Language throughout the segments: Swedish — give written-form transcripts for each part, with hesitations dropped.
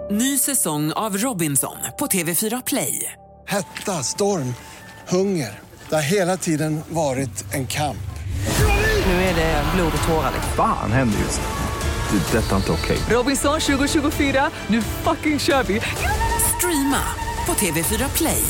Ny säsong av Robinson på TV4 Play. Hetta, storm, hunger. Det har hela tiden varit en kamp. Nu är det blod och tårar. Fan händer just nu. Det. Detta är inte okej. Robinson 2024, nu fucking kör vi. Streama på TV4 Play.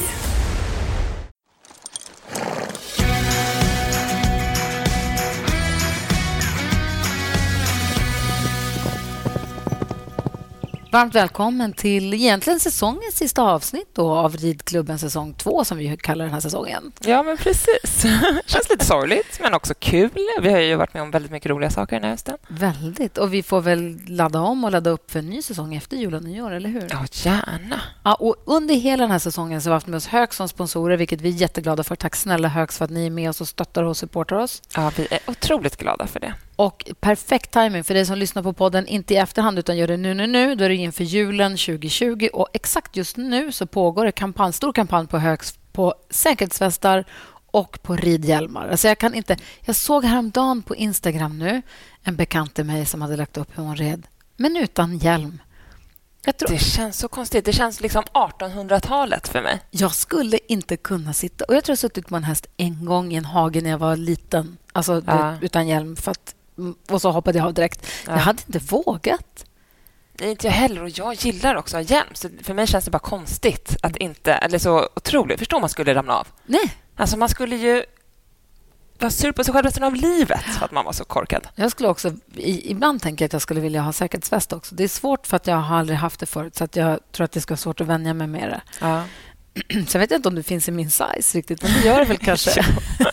Varmt välkommen till egentligen säsongens sista avsnitt då av Ridklubben säsong 2 som vi kallar den här säsongen. Ja, men precis. Känns lite sorgligt, men också kul. Vi har ju varit med om väldigt mycket roliga saker den här hösten. Väldigt. Och vi får väl ladda om och ladda upp för en ny säsong efter jul och nyår, eller hur? Ja, gärna. Ja, och under hela den här säsongen så har vi haft med oss Högs som sponsorer, vilket vi är jätteglada för. Tack snälla Högs för att ni är med oss och stöttar och supportar oss. Ja, vi är otroligt glada för det. Och perfekt timing för dig som lyssnar på podden, inte i efterhand utan gör det nu. Då är det inför julen 2020 och exakt just nu så pågår det stor kampanj på Högs på säkerhetsvästar och på ridhjälmar. Alltså jag såg häromdagen på Instagram nu en bekant till mig som hade lagt upp hur hon red, men utan hjälm. Det känns så konstigt. Det känns liksom 1800-talet för mig. Jag skulle inte kunna sitta. Och jag tror jag suttit på en häst en gång i en hage när jag var liten. Alltså utan hjälm. Och så hoppade jag av direkt. Ja. Jag hade inte vågat. Nej, inte jag heller. Och jag gillar också att ha hjälm. Så för mig känns det bara konstigt att inte... Eller så otroligt. Förstår man skulle ramla av. Nej. Alltså man skulle ju vara sur på sig själv resten av livet för att man var så korkad. Jag skulle också... Ibland tänker jag att jag skulle vilja ha säkerhetsväst också. Det är svårt för att jag har aldrig haft det förut. Så att jag tror att det ska vara svårt att vänja mig med det. Ja. Så jag vet inte om det finns i min size riktigt, men det gör det väl kanske.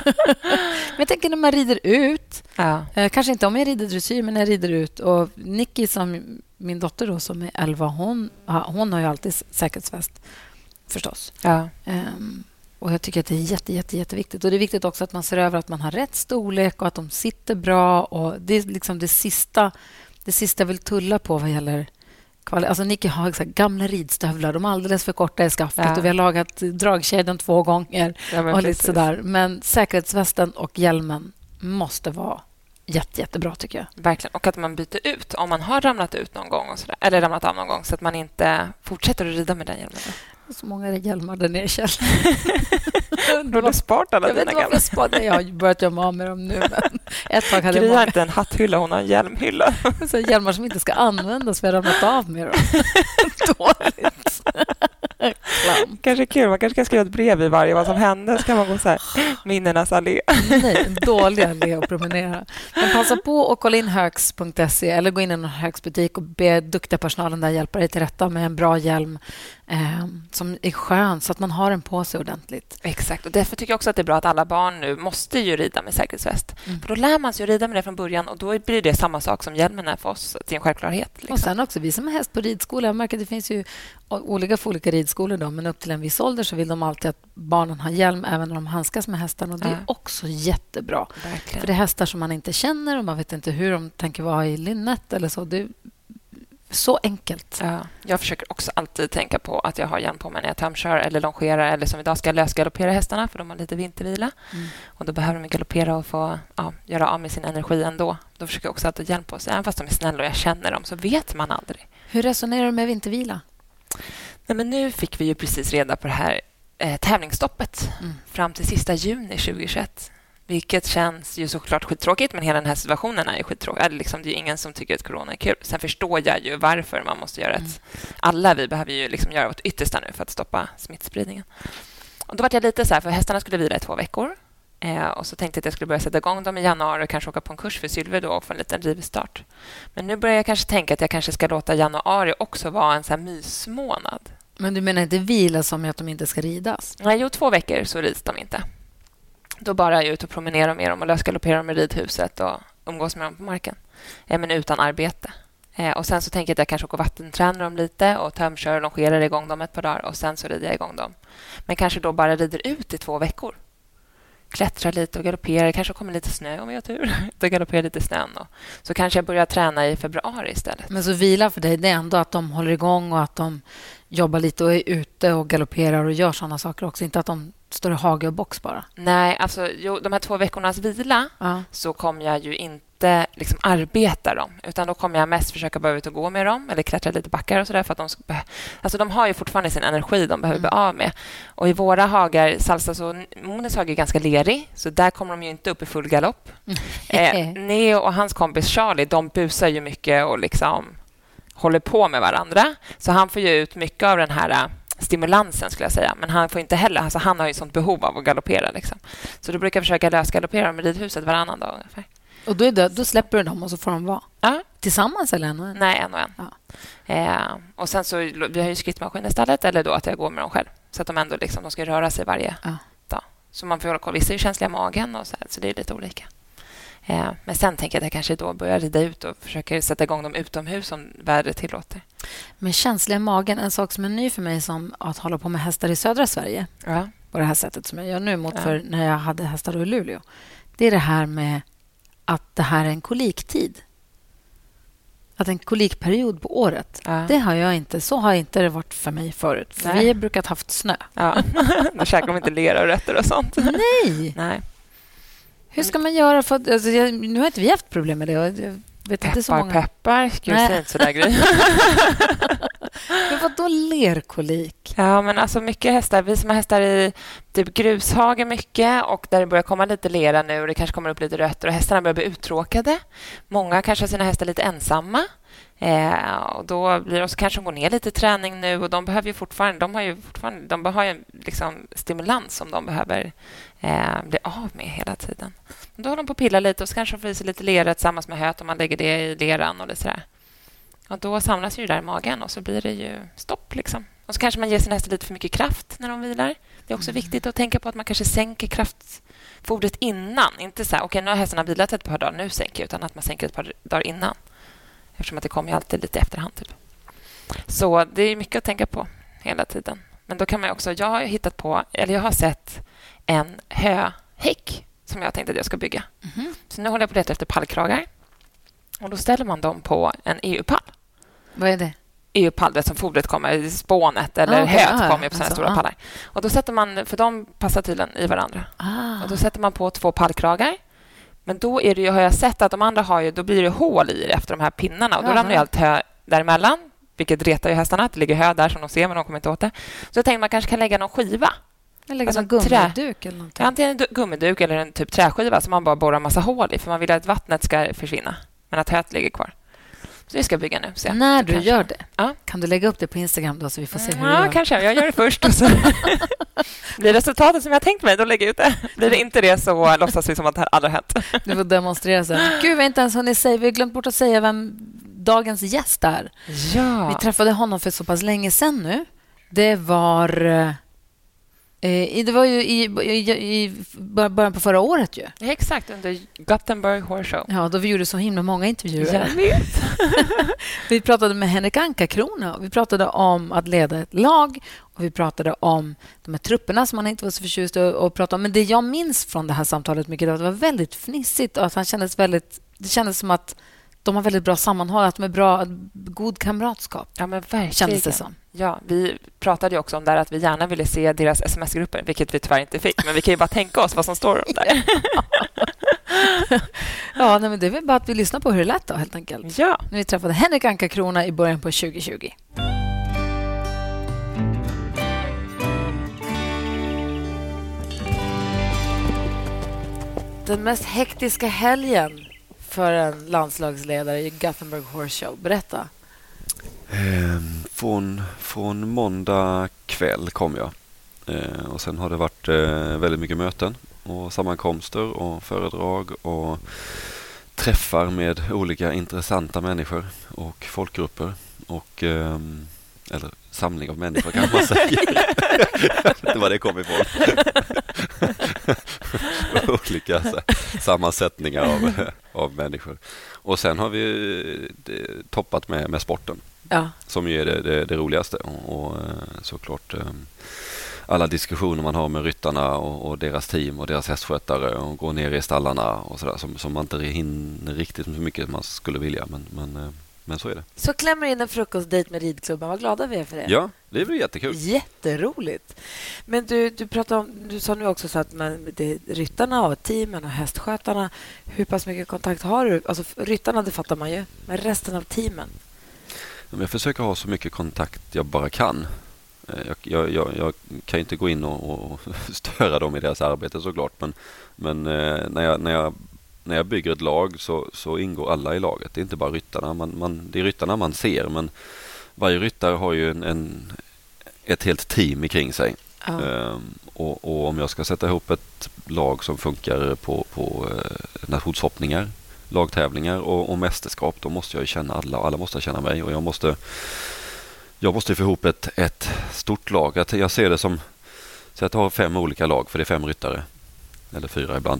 Men jag tänker när man rider ut, kanske inte om jag rider dressyr, men när jag rider ut. Och Nicky, som min dotter då, som är 11, hon har ju alltid säkerhetsväst, förstås. Ja. Och jag tycker att det är jätteviktigt. Och det är viktigt också att man ser över att man har rätt storlek och att de sitter bra. Och det är liksom det sista jag vill tulla på vad gäller... Alltså Nicky har gamla ridstövlar. De är alldeles för korta i skaftet och vi har lagat dragkedjan 2 gånger. Ja, och lite sådär. Men säkerhetsvästen och hjälmen måste vara jättebra, tycker jag. Verkligen. Och att man byter ut om man har ramlat ut någon gång och sådär, eller ramlat av någon gång, så att man inte fortsätter att rida med den hjälmen. Så många hjälmar där nere, Kjell. Du har sparat alla dina gamla. Jag har börjat göra av med dem nu. Men ett tag hade Gry har inte en hatthylla, hon har en hjälmhylla. Så hjälmar som inte ska användas för att jag har ramlat av med dem. Dåligt. Kanske kul, man kanske ska skriva ett brev i varje vad som hände. Så kan man gå så här, minnenas allé. Nej, en dålig allé att promenera. Men passa på och kolla in högs.se eller gå in i en högsbutik och be duktiga personalen där hjälpa dig till rätta med en bra hjälm som är skön, så att man har den på sig ordentligt. Exakt, och därför tycker jag också att det är bra att alla barn nu måste ju rida med säkerhetsväst. För då lär man sig att rida med det från början och då blir det samma sak som hjälmen är för oss, till en självklarhet. Liksom. Och sen också, vi som är häst på ridskola, jag märker att det finns ju olika ridskolor då, men upp till en viss ålder så vill de alltid att barnen har hjälm även när de handskas med hästarna, och det är också jättebra. Verkligen. För det är hästar som man inte känner och man vet inte hur de tänker vara i linnet eller så. Det är så enkelt. Ja, jag försöker också alltid tänka på att jag har hjälm på mig när jag tömkör eller longerar, eller som idag ska jag lösgaloppera hästarna för de har lite vintervila. Och då behöver de galoppera och få göra av med sin energi ändå. Då försöker jag också alltid hjälm på sig. Även fast de är snälla och jag känner dem så vet man aldrig. Hur resonerar du med vintervila? Nej, men nu fick vi ju precis reda på det här tävlingsstoppet fram till sista juni 2021. Vilket känns ju såklart skittråkigt, men hela den här situationen är ju skittråkig. Liksom, det är ingen som tycker att corona är kul. Sen förstår jag ju varför man måste göra alla vi behöver ju liksom göra vårt yttersta nu för att stoppa smittspridningen. Och då var jag lite så här, för hästarna skulle vila i 2 veckor. Och så tänkte jag att jag skulle börja sätta igång dem i januari och kanske åka på en kurs för Sylve då och få en liten rivstart. Men nu börjar jag kanske tänka att jag kanske ska låta januari också vara en så här mysmånad. Men du menar inte vila som att de inte ska ridas? Nej, 2 veckor så rids de inte. Då bara är jag ute och promenerar med dem och lösgalopperar dem i ridhuset och umgås med dem på marken. Men utan arbete. Och sen så tänker jag att jag kanske åker vattentränar dem lite och tömkör och longerar igång dem ett par dagar och sen så rider jag igång dem. Men kanske då bara rider ut i 2 veckor. Klättrar lite och galopperar. Kanske kommer lite snö om jag har tur. Då galopperar lite snön. Så kanske jag börjar träna i februari istället. Men så vila för dig, det är ändå att de håller igång och att de jobbar lite och är ute och galopperar och gör sådana saker också. Inte att de står i hage och box bara. Nej, alltså de här 2 veckornas vila så kommer jag ju inte inte liksom arbeta dem, utan då kommer jag mest försöka bara ut och gå med dem eller klättra lite backar och sådär, för att de har ju fortfarande sin energi de behöver bli av med. Och i våra hagar, Salsa, så Mones hage är ganska lerig, så där kommer de ju inte upp i full galopp. Neo och hans kompis Charlie, de busar ju mycket och liksom håller på med varandra, så han får ju ut mycket av den här stimulansen, skulle jag säga. Men han får inte heller, alltså han har ju sånt behov av att galoppera liksom. Så då brukar jag försöka lösgaloppera med ridhuset varannan dag ungefär. Och då släpper du dem och så får de vara tillsammans eller en och en? Nej, en och en. Ja. Och sen så vi har ju skrittmaskin i stället, eller då att jag går med dem själv, så att de ändå liksom, de ska röra sig varje dag. Så man får hålla koll. Vissa är ju känsliga i magen och så det är lite olika. Men sen tänker jag att jag kanske då börjar rida ut och försöker sätta igång dem utomhus om vädret tillåter. Men känsliga i magen, en sak som är ny för mig, som att hålla på med hästar i södra Sverige på det här sättet som jag gör nu mot för när jag hade hästar i Luleå. Det är det här med att det här är en koliktid. Att en kolikperiod på året. Det har jag inte. Så har inte det varit för mig förut. För vi har brukat haft snö. Då käkar de inte lera och rötter och sånt. Nej. Hur ska man göra för att... Alltså, nu har inte vi haft problem med det. Jag vet inte så många. Peppar. Skulle säga inte sådär grej. Men vad då lerkolik? Ja, men alltså mycket hästar. Vi som har hästar i typ grushage mycket, och där det börjar komma lite lera nu och det kanske kommer upp lite rötter och hästarna börjar bli uttråkade. Många kanske har sina hästar lite ensamma. Och då blir det, så kanske de går ner lite i träning nu, och de behöver ju fortfarande, de har ju liksom stimulans som de behöver bli av med hela tiden. Och då håller de på att pilla lite, och så kanske de får i sig lite lera tillsammans med höet, om man lägger det i leran och lite sådär. Och då samlas ju det där i magen och så blir det ju stopp liksom. Och så kanske man ger sin häst lite för mycket kraft när de vilar. Det är också viktigt att tänka på att man kanske sänker kraftfodret innan. Inte så här, okej, nu har hästarna vilat ett par dagar, nu sänker jag, utan att man sänker ett par dagar innan. Eftersom att det kommer ju alltid lite i efterhand typ. Så det är mycket att tänka på hela tiden. Men då kan man också, jag har sett en höhäck som jag tänkte att jag ska bygga. Så nu håller jag på att leta efter pallkragar. Och då ställer man dem på en EU-pall. Vad är det? EU-pall, det som fodret kommer, spånet eller höet kommer på sådana stora pallar. Och då sätter man, för de passar tydligen i varandra. Och då sätter man på 2 pallkragar. Men då är det ju, har jag sett att de andra har ju, då blir det hål i det efter de här pinnarna. Och då ramlar ju allt hö däremellan, vilket retar ju hästarna, att det ligger hö där som de ser, men de kommer inte åt det. Så jag tänkte man kanske kan lägga någon skiva. Eller alltså en gummiduk eller någonting. Antingen en gummiduk eller en typ träskiva som man bara borrar massa hål i, för man vill att vattnet ska försvinna, men att höet ligger kvar. Så vi ska bygga nu. Så när du gör det, kan du lägga upp det på Instagram då, så vi får se hur du gör? Kanske. Jag gör det först. Och så blir resultatet som jag tänkt mig, då lägger jag ut det. Blir det inte det, så låtsas vi som att det här aldrig har hänt. Du får demonstrera sen. Gud, vi har inte ens hunnit säga. Vi har glömt bort att säga vem dagens gäst är. Ja. Vi träffade honom för så pass länge sedan nu. Det var ju i början på förra året ju. Ja, exakt, under Gothenburg Horse Show. Ja, då vi gjorde så himla många intervjuer. Jag vet. Vi pratade med Henrik Anka-Krona. Vi pratade om att leda ett lag. Och vi pratade om de här trupperna som han inte var så förtjust och pratade om. Men det jag minns från det här samtalet mycket, det var väldigt fnissigt. Och att det kändes som att de har väldigt bra sammanhåll, att de är bra, god kamratskap. Ja, men verkligen. Kändes det som. Ja, vi pratade ju också om där att vi gärna ville se deras sms-grupper, vilket vi tyvärr inte fick. Men vi kan ju bara tänka oss vad som står om där. Ja, men det är väl bara att vi lyssnar på hur det lät då, helt enkelt. Ja. När vi träffade Henrik Anka-Krona i början på 2020. Den mest hektiska helgen för en landslagsledare i Gothenburg Horse Show. Berätta. Från måndag kväll kom jag. Och sen har det varit väldigt mycket möten och sammankomster och föredrag och träffar med olika intressanta människor och folkgrupper och eller samling av människor kan man säga. Jag vet inte var det kom ifrån. Olika sammansättningar av människor. Och sen har vi toppat med sporten. Ja. Som ju är det roligaste. Och såklart alla diskussioner man har med ryttarna och deras team och deras hästskötare och gå ner i stallarna och sådär som man inte hinner riktigt så mycket man skulle vilja. Men Men så är det. Så klämmer in en frukostdejt med ridklubben. Vad glada vi är för det. Ja, det blir jättekul. Jätteroligt. Men du sa nu också så att ryttarna och teamen och hästskötarna, hur pass mycket kontakt har du? Alltså ryttarna, det fattar man ju. Men resten av teamen? Jag försöker ha så mycket kontakt jag bara kan. Jag kan inte gå in och störa dem i deras arbete såklart. Men när jag bygger ett lag så ingår alla i laget. Det är inte bara ryttarna. Det är ryttarna man ser, men varje ryttare har ju ett helt team kring sig. Och om jag ska sätta ihop ett lag som funkar på nationshoppningar, lagtävlingar och mästerskap, då måste jag ju känna alla och alla måste känna mig. Och jag måste få ihop ett stort lag. Jag ser det som så att jag har 5 olika lag, för det är 5 ryttare. Eller 4 ibland.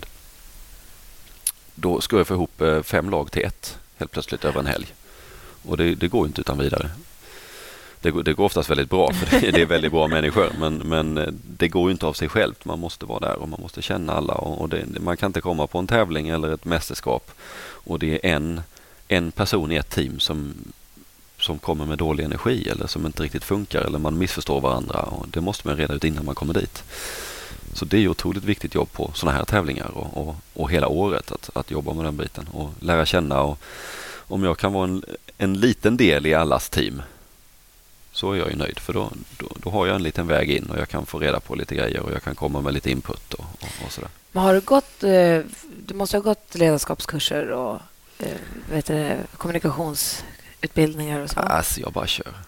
Då ska jag få ihop 5 lag till ett helt plötsligt över en helg. Och det går inte utan vidare. Det går oftast väldigt bra, för det är väldigt bra människor. Men det går ju inte av sig självt. Man måste vara där och man måste känna alla. Och man kan inte komma på en tävling eller ett mästerskap och det är en person i ett team som kommer med dålig energi eller som inte riktigt funkar eller man missförstår varandra. Och det måste man reda ut innan man kommer dit. Så det är ju otroligt viktigt jobb på sådana här tävlingar och hela året att jobba med den biten och lära känna. Och om jag kan vara en liten del i allas team, så är jag ju nöjd, för då har jag en liten väg in och jag kan få reda på lite grejer och jag kan komma med lite input och sådär. Men har du måste ha gått ledarskapskurser och kommunikationsutbildningar och så? Alltså, jag bara kör.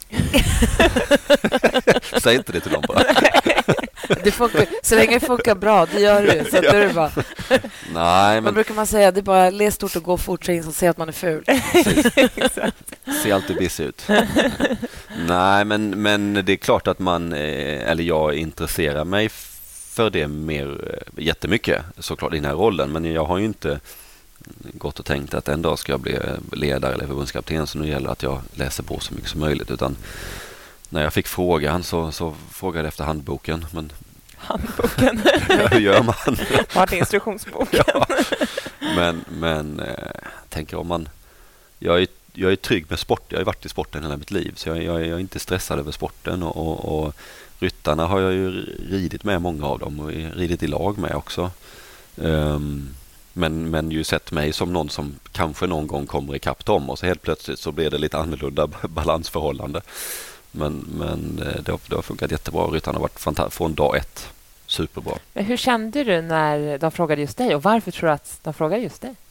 Säg inte det till dem bara. Så länge det funkar bra, det gör du. Så att det bara... Nej, men... Vad brukar man säga? Det är bara läs stort och gå fort så ingen som ser att man är ful. Ser alltid busy ut. Nej, men det är klart att jag intresserar mig för det jättemycket såklart i den här rollen. Men jag har ju inte gått och tänkt att en dag ska jag bli ledare eller förbundskapten, så nu gäller det att jag läser på så mycket som möjligt. Utan när jag fick frågan så frågade jag efter handboken. Men handboken? hur gör man? Vart är instruktionsboken? Ja. Men tänker om man... Jag är trygg med sport. Jag har varit i sporten hela mitt liv, så jag är inte stressad över sporten. Och ryttarna har jag ju ridit med, många av dem, och ridit i lag med också. Men ju sett mig som någon som kanske någon gång kommer ikapp dem, och så helt plötsligt så blir det lite annorlunda balansförhållande. Men det har funkat jättebra. Ryttarna har varit fantastiskt från dag 1. Superbra. Men hur kände du när de frågade just dig, och varför tror du att de frågade just dig?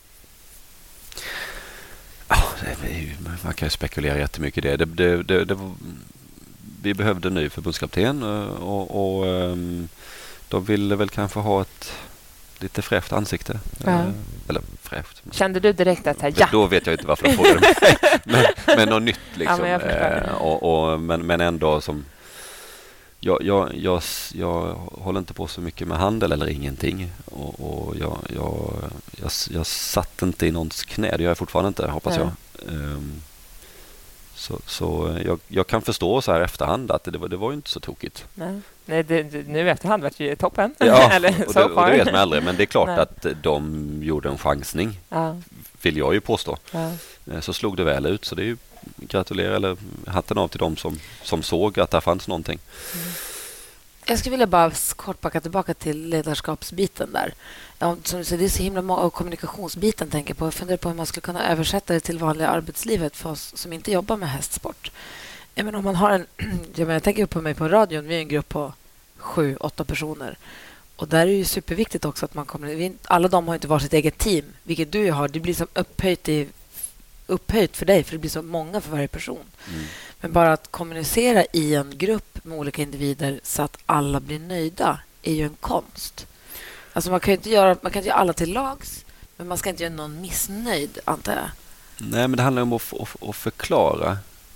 Man kan ju spekulera jättemycket i det. Vi behövde en ny förbundskapten och de ville väl kanske ha ett lite fräscht ansikte. Eller fräscht. Kände du direkt att ja? Då vet jag inte varför de frågade mig. Men något nytt liksom. Ja, men ändå som... Jag håller inte på så mycket med handel eller ingenting. Och jag satt inte i någons knä. Det gör jag fortfarande inte, hoppas jag. Så jag kan förstå så här efterhand att det var ju inte så tokigt. Nej, nu i efterhand var det ju toppen. Ja, eller och det vet man aldrig. Men det är klart att de gjorde en chansning. Ja. Vill jag ju påstå. Ja. Så slog det väl ut. Så det är ju gratulerar, eller hatten av till dem som såg att det fanns någonting. Jag skulle vilja bara kort backa tillbaka till ledarskapsbiten där. Som du säger, det är så himla många, och kommunikationsbiten tänker på. Jag funderar på hur man skulle kunna översätta det till vanliga arbetslivet för oss som inte jobbar med hästsport. Men om man har jag tänker på mig på radion, vi är en grupp på 7-8 personer. Och där är det ju superviktigt också att man kommer... Alla de har inte var sitt eget team, vilket du har. Det blir som upphöjt för dig, för det blir så många för varje person. Men bara att kommunicera i en grupp med olika individer så att alla blir nöjda är ju en konst. Alltså man kan inte göra alla till lags, men man ska inte göra någon missnöjd, antar jag. Nej, men det handlar om att förklara.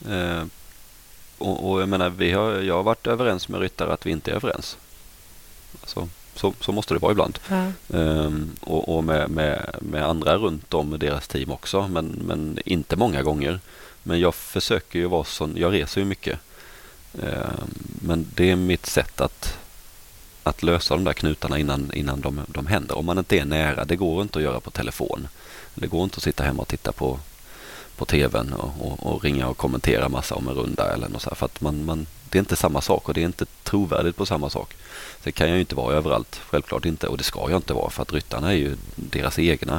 Och jag menar, jag har varit överens med ryttare att vi inte är överens. Alltså, så måste det vara ibland. Och med andra runt om deras team också, men inte många gånger. Men jag försöker ju vara sån, jag reser ju mycket. Men det är mitt sätt att lösa de där knutarna innan de händer. Om man inte är nära, det går inte att göra på telefon. Det går inte att sitta hemma och titta på på tvn och ringa och kommentera massa om en runda eller något så här, för att det är inte samma sak och det är inte trovärdigt på samma sak. Det kan jag ju inte vara överallt, självklart inte, och det ska jag inte vara, för att ryttarna är ju deras egna.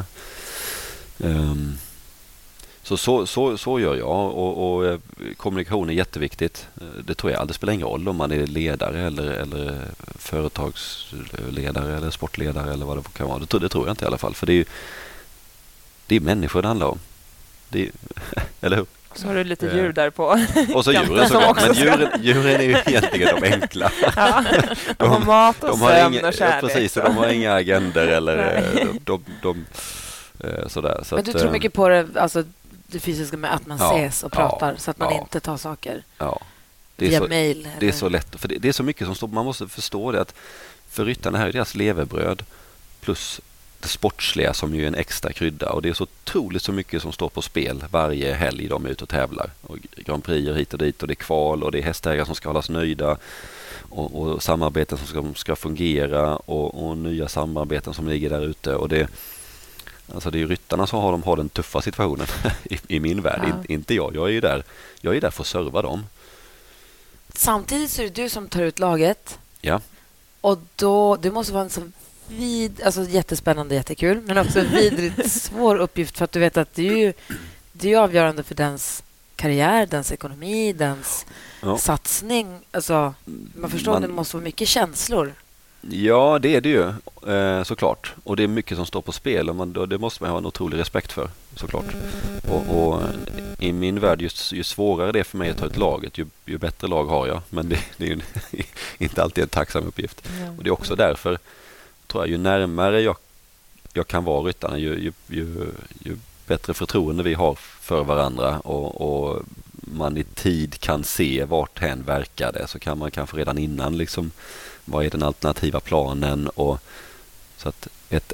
Så gör jag, och kommunikation är jätteviktigt. Det tror jag aldrig spelar ingen roll om man är ledare eller företagsledare eller sportledare eller vad det kan vara. Det tror jag inte i alla fall, för det är människor det handlar om. Eller hur? Så har du lite djur där på. Och så djuren såklart, men djuren är ju egentligen de enkla. Ja, de har mat och sömn och kärlek. Precis, de har inga agender eller sådär. Så men du tror mycket på det, alltså det fysiska med att man ses och pratar så att man inte tar saker via mail. Det är så lätt, för det är så mycket som står, man måste förstå det, att för ryttarna här är deras levebröd plus det sportsliga som ju är en extra krydda, och det är så otroligt så mycket som står på spel varje helg de är ute och tävlar, och Grand Prix hit och dit, och det är kval och det är hästägare som ska hållas nöjda och samarbeten som ska fungera och nya samarbeten som ligger där ute, och det är ju ryttarna som har den tuffa situationen i min värld, inte jag. Jag är där för att serva dem. Samtidigt så är det du som tar ut laget. Ja. Och då, det måste vara en så jättespännande, jättekul, men också en vidrigt svår uppgift, för att du vet att det är avgörande för dens karriär, dens ekonomi, dens satsning. Alltså, man förstår att det måste vara mycket känslor. Ja, det är det ju, såklart. Och det är mycket som står på spel, och det måste man ha en otrolig respekt för, såklart. Och i min värld, ju svårare det är för mig att ta ett laget, ju bättre lag har jag. Men det är ju inte alltid en tacksam uppgift. Och det är också därför, tror jag, ju närmare jag kan vara ryttarna, ju bättre förtroende vi har för varandra, och man i tid kan se vart hen verkar det, så kan man kanske redan innan liksom, vad är den alternativa planen, och så att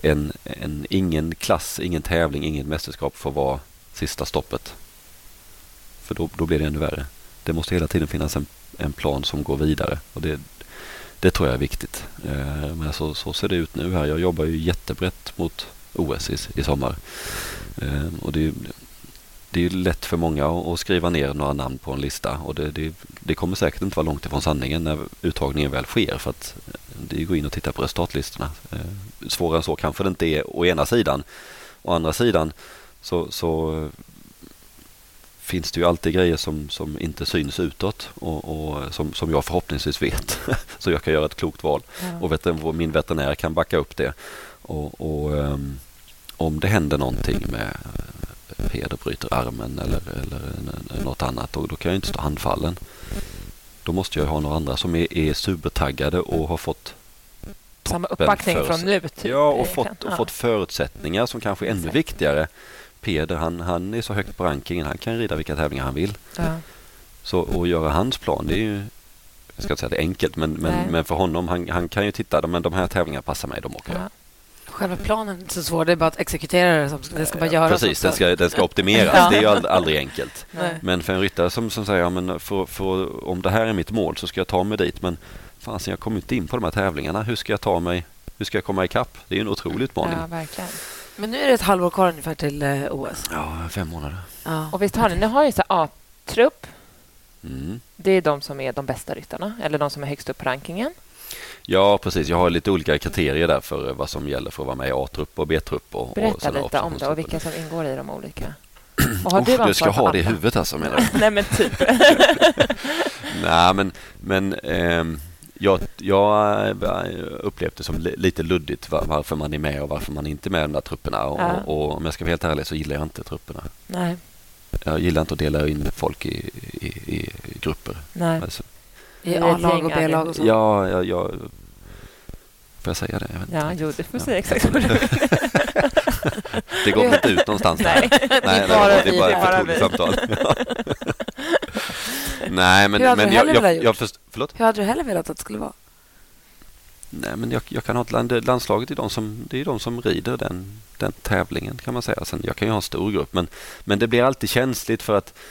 ingen klass, ingen tävling, inget mästerskap får vara sista stoppet, för då blir det ännu värre. Det måste hela tiden finnas en plan som går vidare, och det tror jag är viktigt. Men så ser det ut nu här. Jag jobbar ju jättebrett mot OS i sommar, och det är ju lätt för många att skriva ner några namn på en lista, och det kommer säkert inte vara långt ifrån sanningen när uttagningen väl sker, för att det går in och titta på resultatlistorna. Svårare än så kanske det inte är å ena sidan. Å andra sidan så finns det ju alltid grejer som inte syns utåt, och som jag förhoppningsvis vet, så jag kan göra ett klokt val. Och min veterinär kan backa upp det. Och om det händer någonting med Peder bryter armen eller något annat, och då kan jag inte stå handfallen. Då måste jag ha några andra som är supertaggade och har fått samma uppbackning från nu. Typ. Ja, och fått förutsättningar som kanske är ännu viktigare. Peder, han är så högt på rankingen, han kan rida vilka tävlingar han vill. Så att göra hans plan, det är ju, jag ska inte säga att det är enkelt, men för honom, han kan ju titta, men de här tävlingargarna passar mig, de åker jag. Själva planen är inte så svår, det är bara att exekutera det, det ska bara göras. Precis, den ska optimeras. Det är ju aldrig enkelt. Men för en ryttare som säger, men om det här är mitt mål så ska jag ta mig dit, men fan, jag kommer inte in på de här tävlingarna. Hur ska jag komma ikapp? Det är ju en otrolig utmaning. Ja, verkligen. Men nu är det ett halvår kvar ungefär till OS. Ja, 5 månader. Ja. Och visst har ni har ju så A-trupp. Det är de som är de bästa ryttarna, eller de som är högst upp på rankingen. Ja, precis. Jag har lite olika kriterier där för vad som gäller för att vara med i A-trupp och B-trupp. Berätta lite om det och vilka som ingår i de olika. Och har du ska ha det i huvudet alltså, menar du? Nej, men typ. Nej, men jag upplevde det som lite luddigt varför man är med och varför man inte är med i de där trupperna. Och om jag ska vara helt ärlig så gillar jag inte trupperna. Nej. Jag gillar inte att dela in folk i grupper. Nej. Alltså, i A-lag och B-lag och så. Ja, får jag säga det? Ja, jo, det får säga exakt vad du vill. Det går inte ut någonstans. Nej, det är bara ett förtroligt samtal. Nej, men förlåt? Hur hade du hellre velat att det skulle vara? Nej, men jag kan ha ett landslaget, det är de som rider den tävlingen, kan man säga. Sen jag kan ju ha en stor grupp, men det blir alltid känsligt för att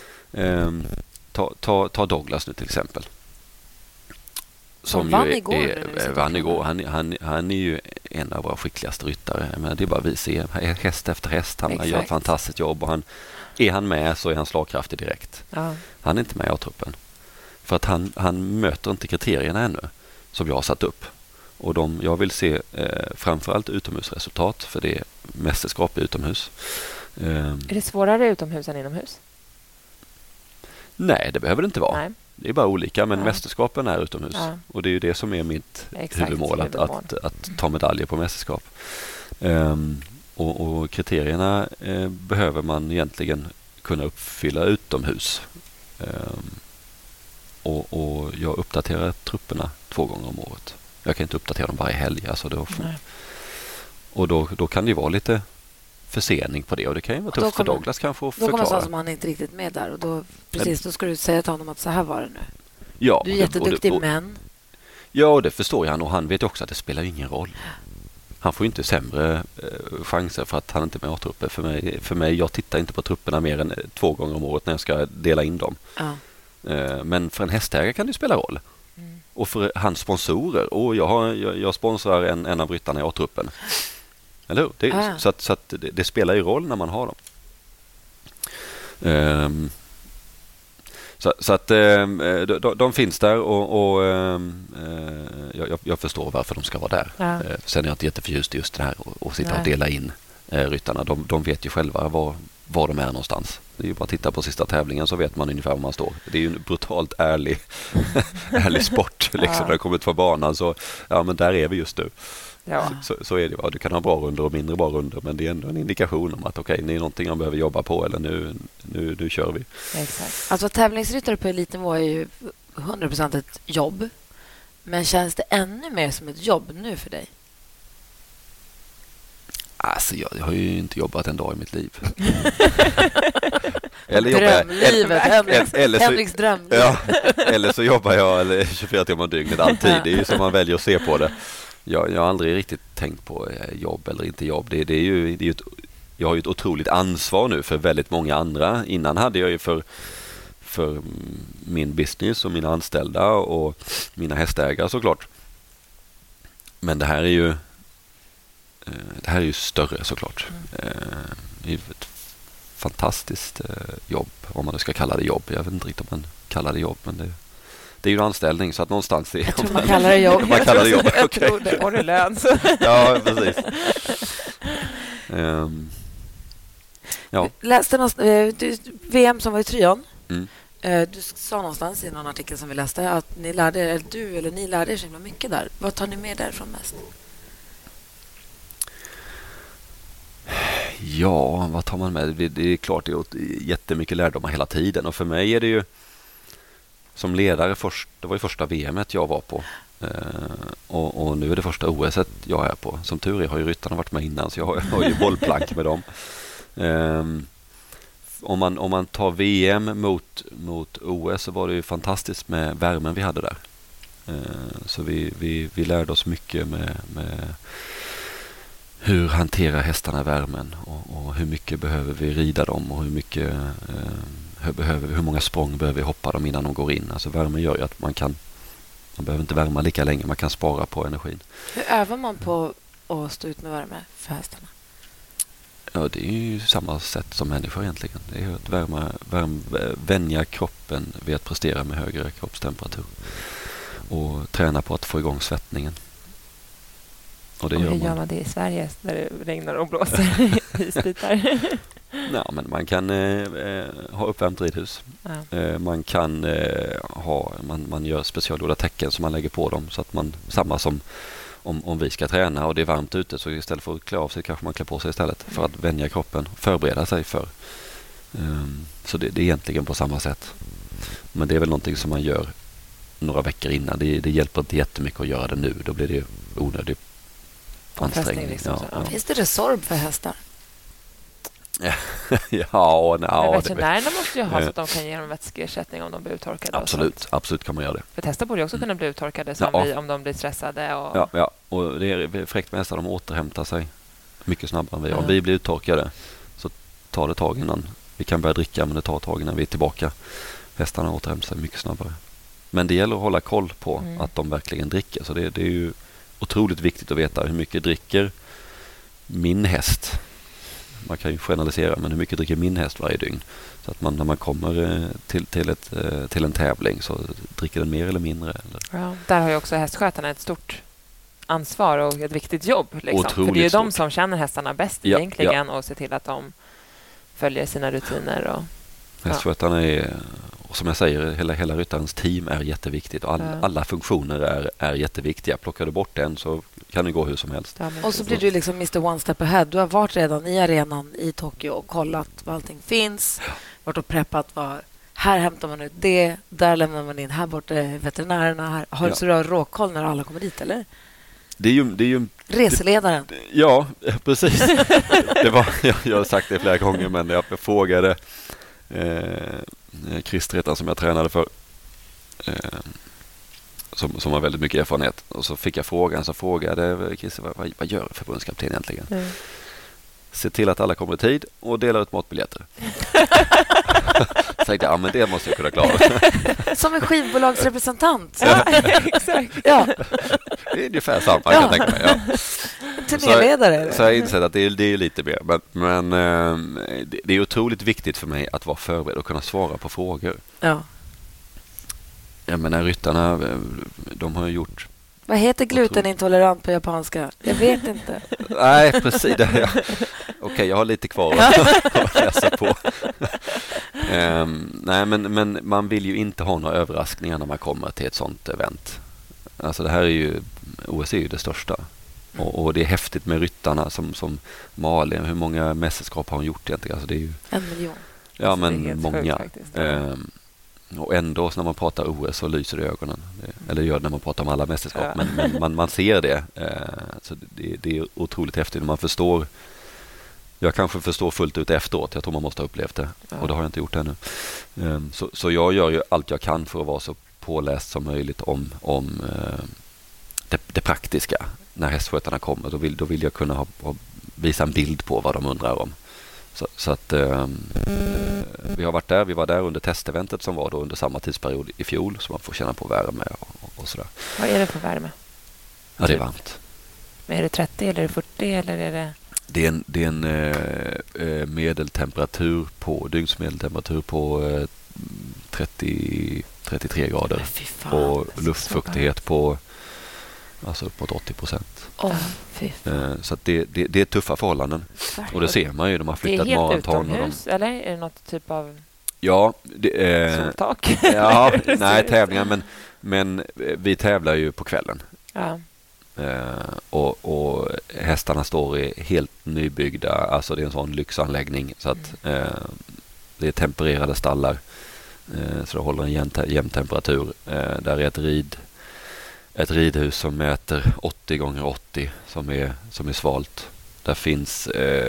ta Douglas nu till exempel. Som vann igår. Han är ju en av våra skickligaste ryttare. Men det är bara vi ser häst efter häst. Han gör ett fantastiskt jobb och är han med så är han slagkraftig direkt. Ja. Han är inte med i A-truppen. För att han möter inte kriterierna ännu som jag har satt upp. Och jag vill se framförallt utomhusresultat, för det är mästerskap i utomhus. Är det svårare utomhus än inomhus? Nej, det behöver det inte vara. Nej. Det är bara olika, men mästerskapen är utomhus. Ja. Och det är ju det som är mitt huvudmål, att ta medaljer på mästerskap. Och kriterierna behöver man egentligen kunna uppfylla utomhus. Och jag uppdaterar trupperna 2 gånger om året. Jag kan inte uppdatera dem varje helg. Alltså och då kan det vara lite försening på det. Och det kan ju vara tufft för Douglas kanske att förklara. Då kommer som han inte riktigt med där. Och då ska du säga till honom att så här var det nu. Ja, du är jätteduktig, men... Ja, det förstår jag. Och han vet också att det spelar ingen roll. Han får ju inte sämre chanser för att han inte är med i A-trupper. För mig, jag tittar inte på trupperna mer än 2 gånger om året när jag ska dela in dem. Ja. Men för en hästägare kan det spela roll. Och för hans sponsorer. Och jag sponsrar en av ryttarna i A-truppen. Eller hur? Så att det spelar ju roll när man har dem. Så att de finns där och jag förstår varför de ska vara där. Ja. Sen är jag inte jätteförtjust i just det här och sitta och dela in ryttarna. De vet ju själva var de är någonstans. Det är ju bara att titta på sista tävlingen så vet man ungefär var man står. Det är ju en brutalt ärlig sport. Liksom. När det kommer ut på banan så men där är vi just nu. Ja. Så är det. Du kan ha bra runder och mindre bra runder, men det är ändå en indikation om att det är någonting man behöver jobba på, eller nu kör vi. Exakt. Alltså tävlingsryttare på elitnivå är ju 100% ett jobb, men känns det ännu mer som ett jobb nu för dig? Alltså jag har ju inte jobbat en dag i mitt liv. Henriks dröm. Ja, eller så jobbar jag 24 timmar om dygnet alltid. Det är ju som man väljer att se på det. Jag har aldrig riktigt tänkt på jobb eller inte jobb. Jag har ju ett otroligt ansvar nu för väldigt många andra. Innan hade jag ju för min business och mina anställda och mina hästägare såklart. Men det här är ju större såklart. Det är ett fantastiskt jobb, om man nu ska kalla det jobb. Jag vet inte riktigt om man kallar det jobb, men det är ju en anställning, så att någonstans jag tror man kallar det jobb. Man kallar det jobb. Jag tror det. Har du lön? Ja, precis. Ja. Läste VM som var i Tryon. Du sa någonstans i någon artikel som vi läste att ni lärde er så himla mycket där. Vad tar ni med därifrån mest? Ja, vad tar man med? Det är klart det är jättemycket lärdomar hela tiden. Och för mig är det ju som ledare det var ju första VM:et jag var på. Och nu är det första OS:et jag är på. Som tur är har ju ryttarna varit med innan, så jag har ju bollplank med dem. Om man tar VM mot OS så var det ju fantastiskt med värmen vi hade där. Så vi lärde oss mycket med hur hantera hästarna i värmen och hur mycket behöver vi rida dem och hur många språng behöver vi hoppa dem innan de går in. Alltså värmen gör ju att man behöver inte värma lika länge, man kan spara på energin. Hur övar man på att stå ut med värme för hästarna? Ja, det är ju samma sätt som människor egentligen. Det är att vänja kroppen vid att prestera med högre kroppstemperatur och träna på att få igång svettningen. Och hur gör man det i Sverige när det regnar och blåser isbitar? Ja, men man kan ha uppvärmt ridhus. Ja. Man kan man gör specialgjorda täcken som man lägger på dem, så att samma som om vi ska träna och det är varmt ute, så istället för att klä av sig kanske man klär på sig istället för att vänja kroppen, förbereda sig för. Så det är egentligen på samma sätt. Men det är väl någonting som man gör några veckor innan. Det hjälper inte jättemycket att göra det nu. Då blir det onödigt ansträngning. Liksom. Ja. Finns det Resorb för hästar? Veterinärerna måste ju ha så att de kan ge dem vätskeersättning om de blir uttorkade. Absolut kan man göra det. För hästar borde ju också kunna bli uttorkade om de blir stressade. Och det är fräckt med hästar. De återhämtar sig mycket snabbare än vi. Om vi blir uttorkade så tar det tag innan vi kan börja dricka, men det tar tag innan vi är tillbaka. Hästarna återhämtar sig mycket snabbare. Men det gäller att hålla koll på att de verkligen dricker. Så det är ju otroligt viktigt att veta hur mycket dricker min häst. Man kan ju generalisera, men hur mycket dricker min häst varje dygn? Så att man, när man kommer till en tävling så dricker den mer eller mindre. Eller? Ja, där har ju också hästskötarna ett stort ansvar och ett viktigt jobb. Liksom. För det är ju de som känner hästarna bäst egentligen och ser till att de följer sina rutiner. Och, hästskötarna är, och som jag säger, hela ryttarens team är jätteviktigt och alla funktioner är jätteviktiga. Plockar du bort en så kan det gå hur som helst. Ja, och så blir du liksom Mr. One Step Ahead. Du har varit redan i arenan i Tokyo och kollat vad allting finns. Varit och preppat här hämtar man ut det, där lämnar man in, här borta är veterinärerna. Här. Har du råkoll när alla kommer dit, eller? Det är ju reseledaren. Ja, precis. Jag har sagt det flera gånger, men jag frågade Kristreten som jag tränade för, som har väldigt mycket erfarenhet, och så fick jag frågan, så frågade Christer, vad gör förbundskapten egentligen? Se till att alla kommer i tid och delar ut matbiljetter. Så tänkte jag, men det måste jag kunna klara. Som en skivbolagsrepresentant. Ja, exakt. Ja. Det är ungefär samma, kan jag tänka mig. Ja. Turnéledare. Så jag har insett att det är lite mer. Men det är otroligt viktigt för mig att vara förberedd och kunna svara på frågor. Ja. Jag menar, ryttarna, de har gjort... Vad heter glutenintolerant på japanska? Jag vet inte. Nej, precis. Okej, jag har lite kvar att läsa på. Nej, men man vill ju inte ha några överraskningar när man kommer till ett sånt event. Alltså det här är ju... OS är ju det största. Och det är häftigt med ryttarna som Malin. Hur många mästerskap har hon gjort egentligen? Alltså det är ju... 1 miljon. Ja, alltså men många. Och ändå när man pratar OS så lyser det i ögonen. Eller gör det när man pratar om alla mästerskap. Ja. Men man ser det. Så det är otroligt häftigt. Man förstår. Jag kanske förstår fullt ut efteråt. Jag tror man måste ha upplevt det. Ja. Och det har jag inte gjort ännu. Så jag gör ju allt jag kan för att vara så påläst som möjligt om det praktiska. När hästskötarna kommer, då vill jag kunna visa en bild på vad de undrar om. Så att vi var där under testeventet som var då under samma tidsperiod i fjol, så man får känna på värme och sådär. Vad är det för värme? Ja, det är varmt. Men är det 30 eller är det 40 eller är det... Det är en medeltemperatur dygnsmedeltemperatur på 33 grader och luftfuktighet på alltså uppåt 80%. Så att det är tuffa förhållanden. Och det ser man ju när man flyttat maraton. Det är helt utomhus, eller? Är det något typ av soltak? Ja, nej, tävlingar. Men vi tävlar ju på kvällen. Ja. Och hästarna står i helt nybyggda, alltså det är en sån lyxanläggning så att det är tempererade stallar, så det håller en jämn temperatur. Där är ett ridhus som mäter 80x80 som är svalt. Där finns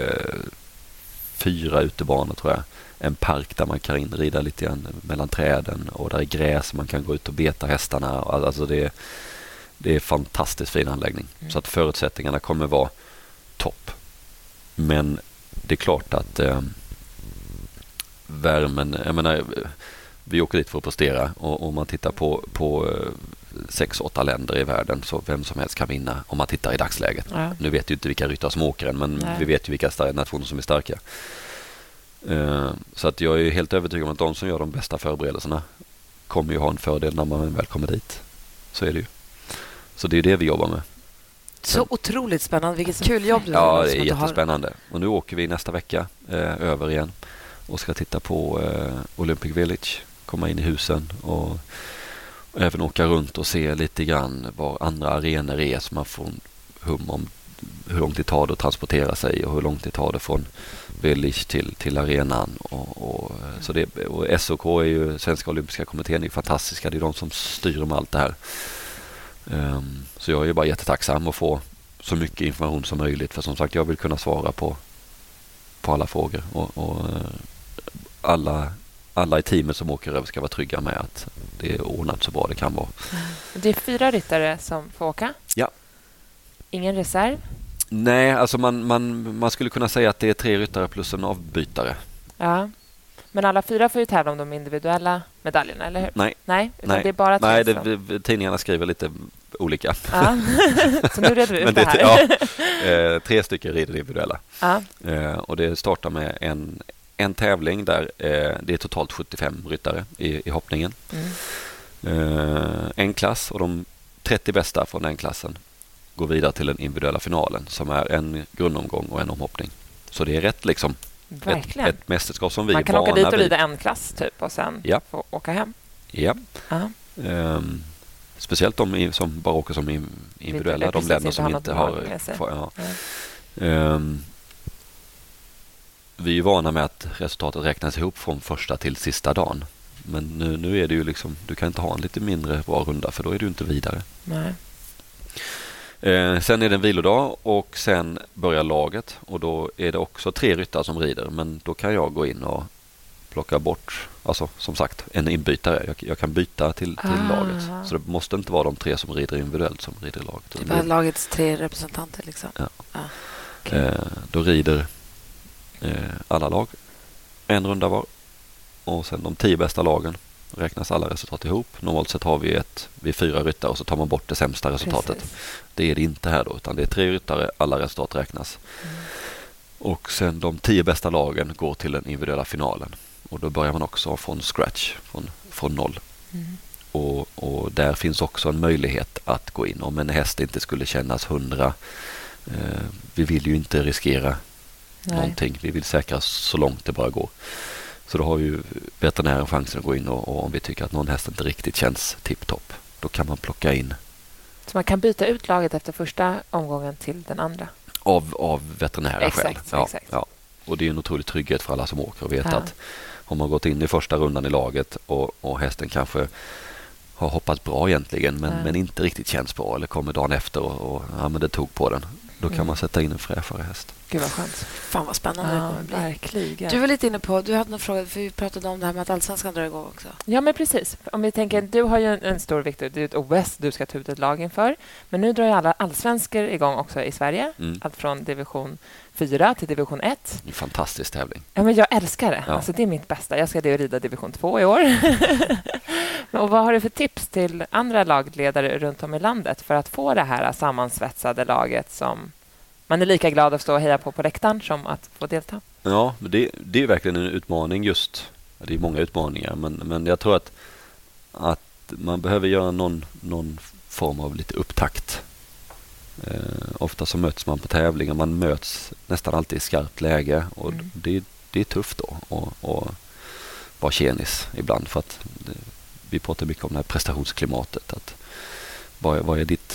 4 utebanor, tror jag. En park där man kan rida lite grann mellan träden, och där är gräs man kan gå ut och beta hästarna. Alltså det är fantastiskt fin anläggning. Så att förutsättningarna kommer vara topp. Men det är klart att värmen, jag menar, vi åker dit för att prestera, och om man tittar på 6-8 länder i världen, så vem som helst kan vinna om man tittar i dagsläget. Ja. Nu vet ju inte vilka ryttare som åker än, men vi vet ju vilka nationer som är starka. Så att jag är helt övertygad om att de som gör de bästa förberedelserna kommer ju ha en fördel när man väl kommer dit. Så är det ju. Så det är det vi jobbar med. Så otroligt spännande. Vilket kul jobb du har. Ja, det är jättespännande. Och nu åker vi nästa vecka över igen och ska titta på Olympic Village, komma in i husen och även åka runt och se lite grann var andra arenor är, så man får hum om hur långt det tar det att transportera sig och hur långt det tar det från Village till arenan. Och SOK är ju, Svenska Olympiska kommittén, är fantastiska. Det är de som styr om allt det här. Så jag är bara jättetacksam att få så mycket information som möjligt, för som sagt, jag vill kunna svara på alla frågor, och alla i teamet som åker över ska vara trygga med att det är ordnat så bra det kan vara. Det är 4 ryttare som får åka? Ja. Ingen reserv? Nej, alltså man skulle kunna säga att det är 3 ryttare plus en avbytare. Ja. Men alla 4 får ju tävla om de individuella medaljerna, eller hur? Nej. Nej, det är bara 3. Nej, tidningarna skriver lite olika. Så nu reder vi ut det här. 3 stycken rider individuella. Och det startar med en tävling där det är totalt 75 ryttare i hoppningen. En klass, och de 30 bästa från den klassen går vidare till den individuella finalen som är en grundomgång och en omhoppning. Så det är rätt liksom ett mästerskap som vi är vana vid. Man kan åka dit och rida en klass typ och sen få åka hem. Ja. Speciellt de som bara åker som individuella, de länder som inte har... Vi är vana med att resultatet räknas ihop från första till sista dagen. Men nu är det ju liksom, du kan inte ha en lite mindre bra runda för då är du inte vidare. Nej. Sen är det en vilodag och sen börjar laget och då är det också 3 ryttare som rider, men då kan jag gå in och plocka bort, alltså som sagt, en inbytare. Jag kan byta till laget. Så det måste inte vara de 3 som rider individuellt som rider i laget. Det är bara lagets 3 representanter liksom. Okay. Då rider alla lag en runda var. Och sen de 10 bästa lagen räknas alla resultat ihop. Normalt sett har vi 4 ryttare och så tar man bort det sämsta resultatet. Precis. Det är det inte här då, utan det är 3 ryttare, alla resultat räknas. Och sen de 10 bästa lagen går till den individuella finalen. Och då börjar man också från scratch, från 0. Och där finns också en möjlighet att gå in om en häst inte skulle kännas 100. Vi vill ju inte riskera någonting. Vi vill säkra så långt det bara går. Så då har ju veterinären chansen att gå in och om vi tycker att någon häst inte riktigt känns tipptopp, då kan man plocka in. Så man kan byta ut laget efter första omgången till den andra? Av veterinära skäl. Exakt. Ja. Och det är en otrolig trygghet för alla som åker och veta att har man gått in i första rundan i laget och hästen kanske har hoppat bra egentligen men inte riktigt känns bra eller kommer dagen efter och men det tog på den. Då kan man sätta in en fräschare häst. Gud vad skönt. Fan vad spännande det kommer bli. Verkligen. Du var lite inne på, du hade någon fråga, för vi pratade om det här med att allsvenskan drar igång också. Ja men precis. Om vi tänker, du har ju en stor vikt, det är ett OS du ska ta ut ett lag inför. Men nu drar ju alla allsvenskor igång också i Sverige. Allt från division 4 till division 1. Det är en fantastisk tävling. Ja men jag älskar det. Alltså, det är mitt bästa. Jag ska rida division 2 i år. Och vad har du för tips till andra lagledare runt om i landet för att få det här sammansvetsade laget som man är lika glad att stå och heja på läktaren som att få delta? Ja, det är verkligen en utmaning just. Det är många utmaningar, men jag tror att man behöver göra någon form av lite upptakt. Ofta så möts man på tävlingar, man möts nästan alltid i skarpt läge och det är tufft då och vara tjenis ibland för att vi pratar mycket om det här prestationsklimatet. Att vad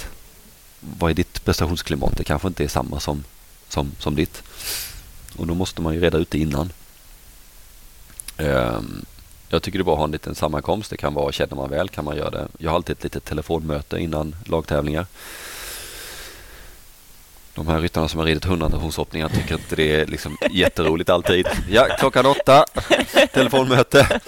är ditt prestationsklimat? Det kanske inte är samma som ditt. Och då måste man ju reda ut det innan. Jag tycker det är bra att ha en liten sammankomst. Det kan vara, känner man väl kan man göra det. Jag har alltid ett litet telefonmöte innan lagtävlingar. De här ryttarna som har ridit 100 nationshoppningar tycker inte det är liksom jätteroligt alltid. Ja, 8:00, telefonmöte.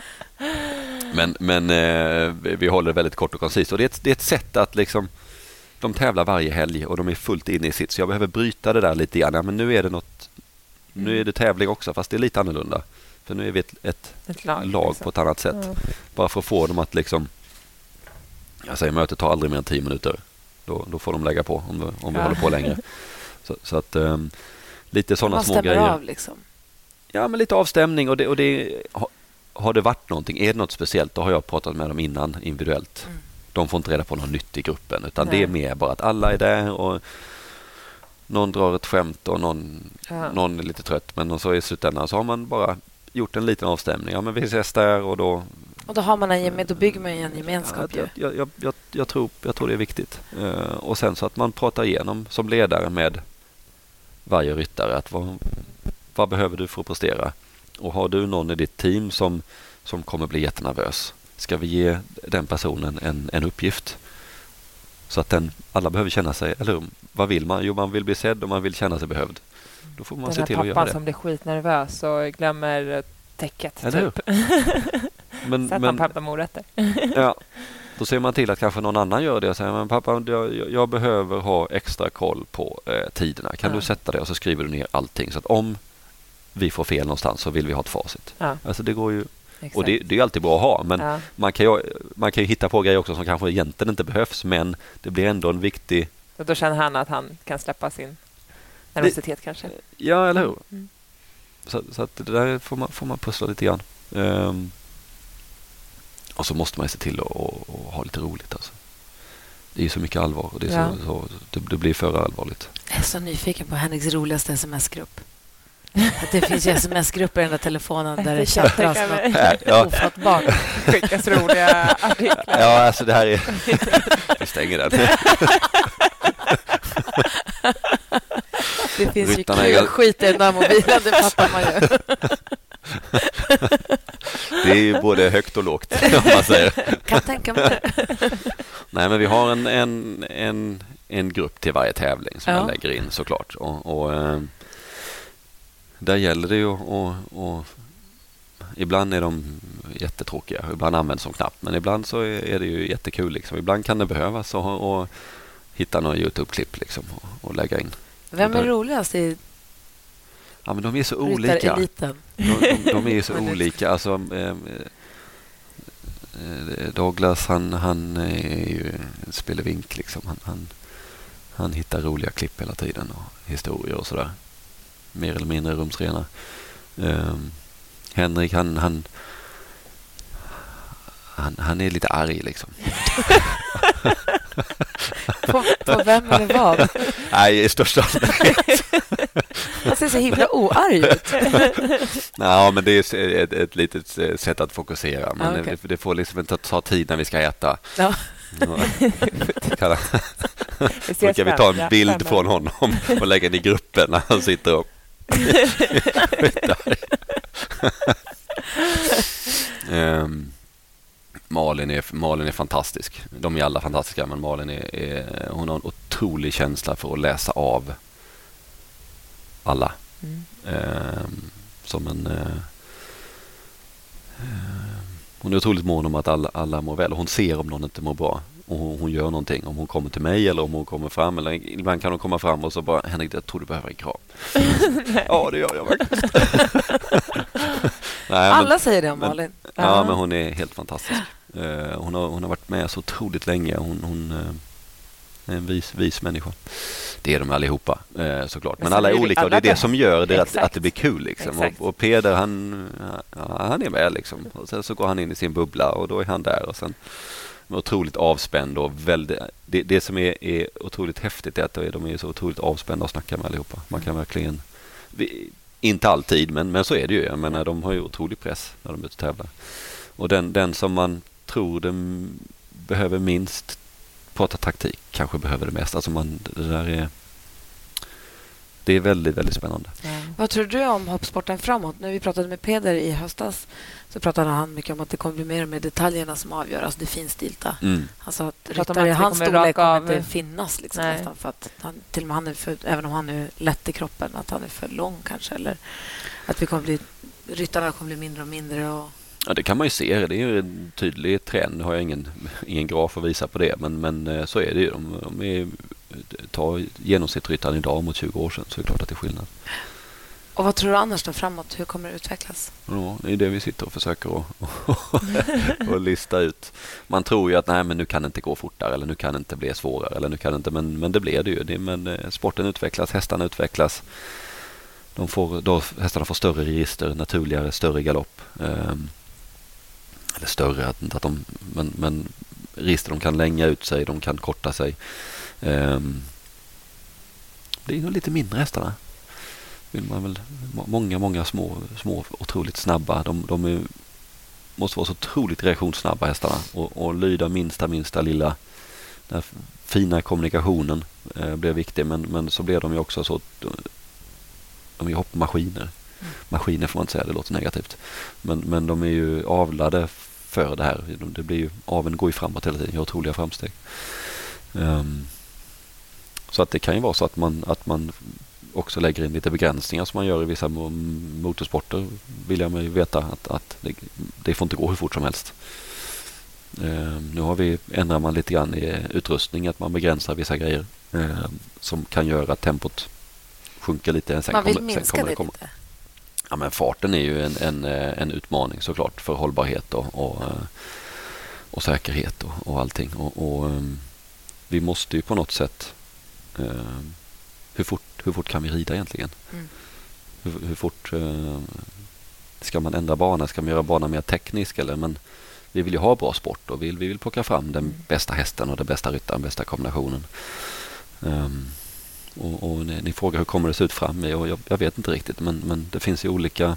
Men vi håller det väldigt kort och koncist. Och det är ett sätt att liksom, de tävlar varje helg och de är fullt inne i sitt. Så jag behöver bryta det där lite grann. Ja, men nu är det tävling också, fast det är lite annorlunda. För nu är vi ett lag liksom. På ett annat sätt. Bara för att få dem att liksom, jag säger mötet tar aldrig mer än 10 minuter. Då får de lägga på om vi håller på längre. Så att lite sådana små grejer. Av liksom. Ja, men lite avstämning och det har det varit någonting, är det något speciellt, då har jag pratat med dem innan individuellt. De får inte reda på något nytt i gruppen utan det är mer bara att alla är där och någon drar ett skämt och någon är lite trött, men så i slutändan så har man bara gjort en liten avstämning. Ja, men vi ses där och då har man då bygger man en gemenskap. Jag tror det är viktigt. Och sen så att man pratar igenom som ledare med varje ryttare att vad behöver du för att prestera? Och har du någon i ditt team som kommer bli jättenervös, ska vi ge den personen en uppgift? Så att alla behöver känna sig, eller vad vill man? Jo, man vill bli sedd och man vill känna sig behövd. Då får man se till att göra det. Den här pappan som blir skitnervös och glömmer täcket typ. Sätt man pappa morötter. Ja, då ser man till att kanske någon annan gör det och säger, men pappa, jag behöver ha extra koll på tiderna. Kan du sätta det och så skriver du ner allting så att om vi får fel någonstans så vill vi ha ett facit. Alltså det går ju Och det är alltid bra att ha. Men man kan ju hitta på grejer också som kanske egentligen inte behövs, men det blir ändå en viktig... Och då känner han att han kan släppa sin nervositet kanske? Ja, eller hur? Så att det där får man pussla lite grann. Och så måste man se till att ha lite roligt. Alltså. Det är ju så mycket allvar och det, är det blir för allvarligt. Jag är så nyfiken på Henriks roligaste sms-grupp. Att det finns ju sms-grupper i den där telefonen där det chattras något ofattbart. Skickas roliga artiklar. Ja, alltså det här är... Vi stänger den. Det finns ju kul skit i den där mobilen, det fattar man ju. Det är ju både högt och lågt, om man säger. Kan tänka mig. Nej, men vi har en grupp till varje tävling som jag lägger in såklart. Och där gäller det ju och ibland är de jättetråkiga, ibland används de knappt, men ibland så är det ju jättekul liksom. Ibland kan det behövas och hitta någon YouTube-klipp liksom och lägga in. Vem är roligast i... Ja, men de är så olika. De är så olika. Alltså, Douglas, han är ju en spelevink liksom. Han hittar roliga klipp hela tiden och historier och sådär. Mer eller mindre rumsrena. Henrik, han är lite arg liksom. På vem eller vad? Nej, i största allmänhet. Han ser så himla oarg ut. Nej, men det är ett litet sätt att fokusera. Men det får liksom inte ta tid när vi ska äta. Ja. Kan vi ta en bild från honom och lägga den i gruppen när han sitter och Malin är fantastisk. De är alla fantastiska, men Malin hon har en otrolig känsla för att läsa av alla. Hon är otroligt mån om att alla mår väl. Hon ser om någon inte mår bra. Och hon gör någonting. Om hon kommer till mig eller om hon kommer fram. Eller ibland kan hon komma fram och så bara, Henrik, jag tror du behöver en kram. Ja, det gör jag faktiskt. Nej, alla säger det om Malin. Ja, men hon är helt fantastisk. Hon har varit med så otroligt länge. Hon är en vis människa. Det är de allihopa, såklart. Men alla är olika och det är det som gör det att det blir kul. Liksom. Och Peder, han är med. Liksom. Och sen så går han in i sin bubbla och då är han där. Och sen otroligt avspänd och väldigt... Det som är otroligt häftigt är att de är så otroligt avspända och snackar med allihopa. Man kan verkligen... Inte alltid, men så är det ju. Jag menar, de har ju otrolig press när de är ute och tävlar. Och den som man tror den behöver minst prata taktik kanske behöver det mest. Alltså det är väldigt, väldigt spännande. Vad tror du om hoppsporten framåt? När vi pratade med Peder i höstas så pratade han mycket om att det kommer bli mer och mer detaljerna som avgör. Alltså det finstilta. Alltså att ryttare i hans storlek kommer inte finnas liksom, nästan för att till och med han är även om han är lätt i kroppen, att han är för lång kanske. Eller att ryttarna kommer bli mindre och mindre och... Ja, det kan man ju se. Det är ju en tydlig trend. Nu har jag ingen graf att visa på det. Men så är det ju. De tar genomsnittsryttaren idag mot 20 år sedan, så är det klart att det är skillnad. Och vad tror du annars då framåt? Hur kommer det utvecklas? Ja, det är det vi sitter och försöker och lista ut. Man tror ju att nej, men nu kan det inte gå fortare eller nu kan det inte bli svårare eller nu kan det inte, men det blir det ju. Men sporten utvecklas, hästarna utvecklas. Hästarna får större register, naturligare, större galopp. Eller större, men register, de kan länga ut sig, de kan korta sig. Det är nog lite mindre hästarna. Vill man väl, många små otroligt snabba. De måste vara så otroligt reaktionssnabba hästarna och lyda minsta lilla. Den fina kommunikationen blir viktig, men så blir de ju också så, de är hoppmaskiner. Maskiner får man inte säga, det låter negativt. Men de är ju avlade för det här. Aveln går ju framåt hela tiden, gör otroliga framsteg. Så att det kan ju vara så att man också lägger in lite begränsningar som man gör i vissa motorsporter, vill jag mig veta att det får inte gå hur fort som helst. Nu ändrar man lite grann i utrustning, att man begränsar vissa grejer som kan göra att tempot sjunker lite. Man vill minska det lite? Ja, men farten är ju en utmaning såklart för hållbarhet och säkerhet och allting. Och vi måste ju på något sätt... Hur fort kan vi rida egentligen? Hur fort ska man ändra bana? Ska man göra banan mer teknisk? Men vi vill ju ha bra sport och vi vill plocka fram den bästa hästen och den bästa ryttaren, bästa kombinationen. Och ni frågar hur kommer det se ut framme? Och jag vet inte riktigt, men det finns ju olika...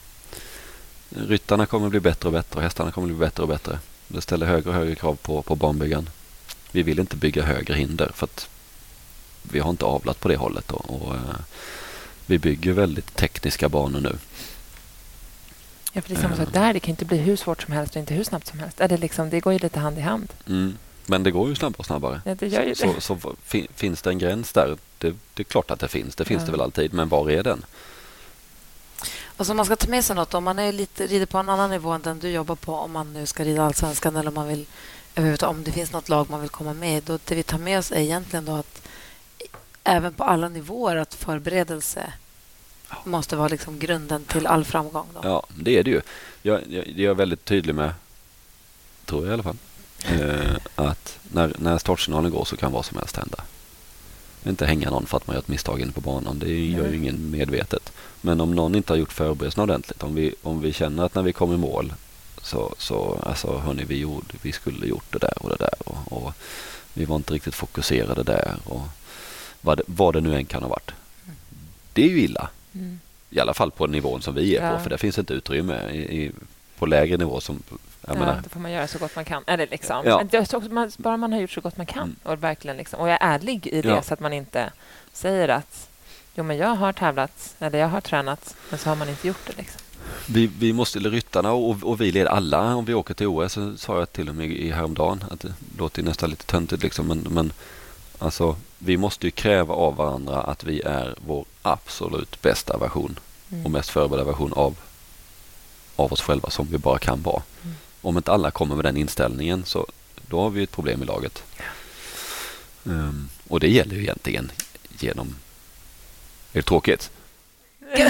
Ryttarna kommer bli bättre och bättre och hästarna kommer bli bättre och bättre. Det ställer högre och högre krav på banbyggen. Vi vill inte bygga högre hinder för att vi har inte avlat på det hållet. Och vi bygger väldigt tekniska banor nu. Ja, för det är samma sak där. Det kan inte bli hur svårt som helst och inte hur snabbt som helst. Det går ju lite hand i hand. Men det går ju snabbare och snabbare. Ja, det gör ju det. Så finns det en gräns där? Det är klart att det finns. Det finns det väl alltid. Men var är den? Och så man ska ta med sig något. Om man är rider på en annan nivå än den du jobbar på, om man nu ska rida allsvenskan eller om man vill, om det finns något lag man vill komma med i, då det vi tar med oss är egentligen då att även på alla nivåer att förberedelse måste vara liksom grunden till all framgång. Då. Ja, det är det ju. Jag är väldigt tydlig med, tror jag i alla fall, att när startsignalen går så kan vad som helst hända. Inte hänga någon för att man gör ett misstag inne på banan. Det gör ju ingen medvetet. Men om någon inte har gjort förberedelsen ordentligt, om vi känner att när vi kommer i mål så alltså hörni, vi skulle gjort det där och det där och vi var inte riktigt fokuserade där och vad det nu än kan ha varit. Det är ju illa. I alla fall på nivån som vi är på, för det finns inte utrymme på lägre nivå som då får man göra så gott man kan. Eller liksom. Bara man har gjort så gott man kan och verkligen liksom, och jag är ärlig i det så att man inte säger att men jag har tävlat eller jag har tränat, men så har man inte gjort det liksom. Vi måste, ryttarna och vi leder alla, om vi åker till OS, så sa jag till och med i häromdagen att det låter nästan lite töntigt liksom, men alltså, vi måste ju kräva av varandra att vi är vår absolut bästa version och mest förberedda version av oss själva som vi bara kan vara. Om inte alla kommer med den inställningen så då har vi ett problem i laget. Och det gäller ju egentligen genom... Är det tråkigt? Det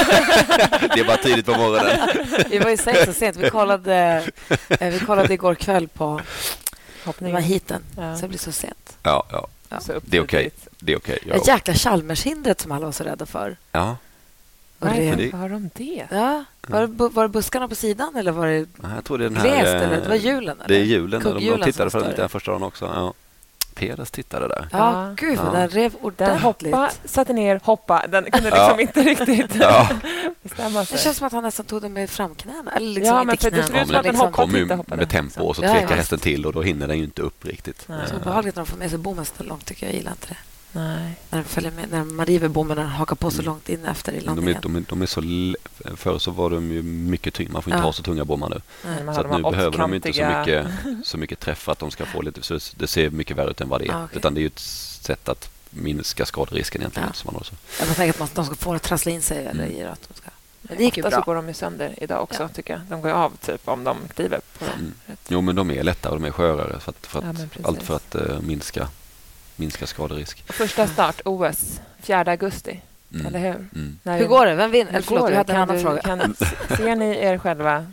är bara tidigt på morgonen. Vi var ju så sent. Vi kollade igår kväll på hoppningen. Hiten. Så det blir så sent. Ja. Det är okej. Ett jäkla Chalmershindret som alla var så rädda för. Ja. Varför har de det? Ja. Var det buskarna på sidan eller var det jag tror det är den här, glest, eller det var julen? Det är julen. De tittade för den första dagen också. Ja. Peres tittade där. Ja, gud, den rev ordentligt. Den satte ner, hoppa. Den kunde liksom inte riktigt bestämma sig. Det känns som att han nästan tog den med framknäna. Eller liksom men inte knäna. Den kommer ju med tempo och så tvekar hästen till och då hinner den ju inte upp riktigt. Så behagligt när de får med sig bommen så långt, tycker jag. Gillar inte det. Nej. När de följer med, när man river bommen och hakar på så långt in efter i landningen. De är så... Förr så var de ju mycket tyngre. Man får inte ha så tunga bommar nu. Så att nu behöver de inte så mycket träff för att de ska få lite... Så det ser mycket värre ut än vad det är. Okay. Utan det är ju ett sätt att minska skaderisken egentligen. Ja. Jag tänker att de ska få trassla in sig eller i att de ska... Men det gick ju bra. Så går de ju sönder idag också, tycker jag. De går av typ om de kliver på dem. Jo, men de är lättare och de är skörare allt för att minska skaderisk. Första start, OS, 4 augusti. Eller hur? Hur går det? Vem vinner? Förlåt, jag hade en annan fråga. Ser ni er själva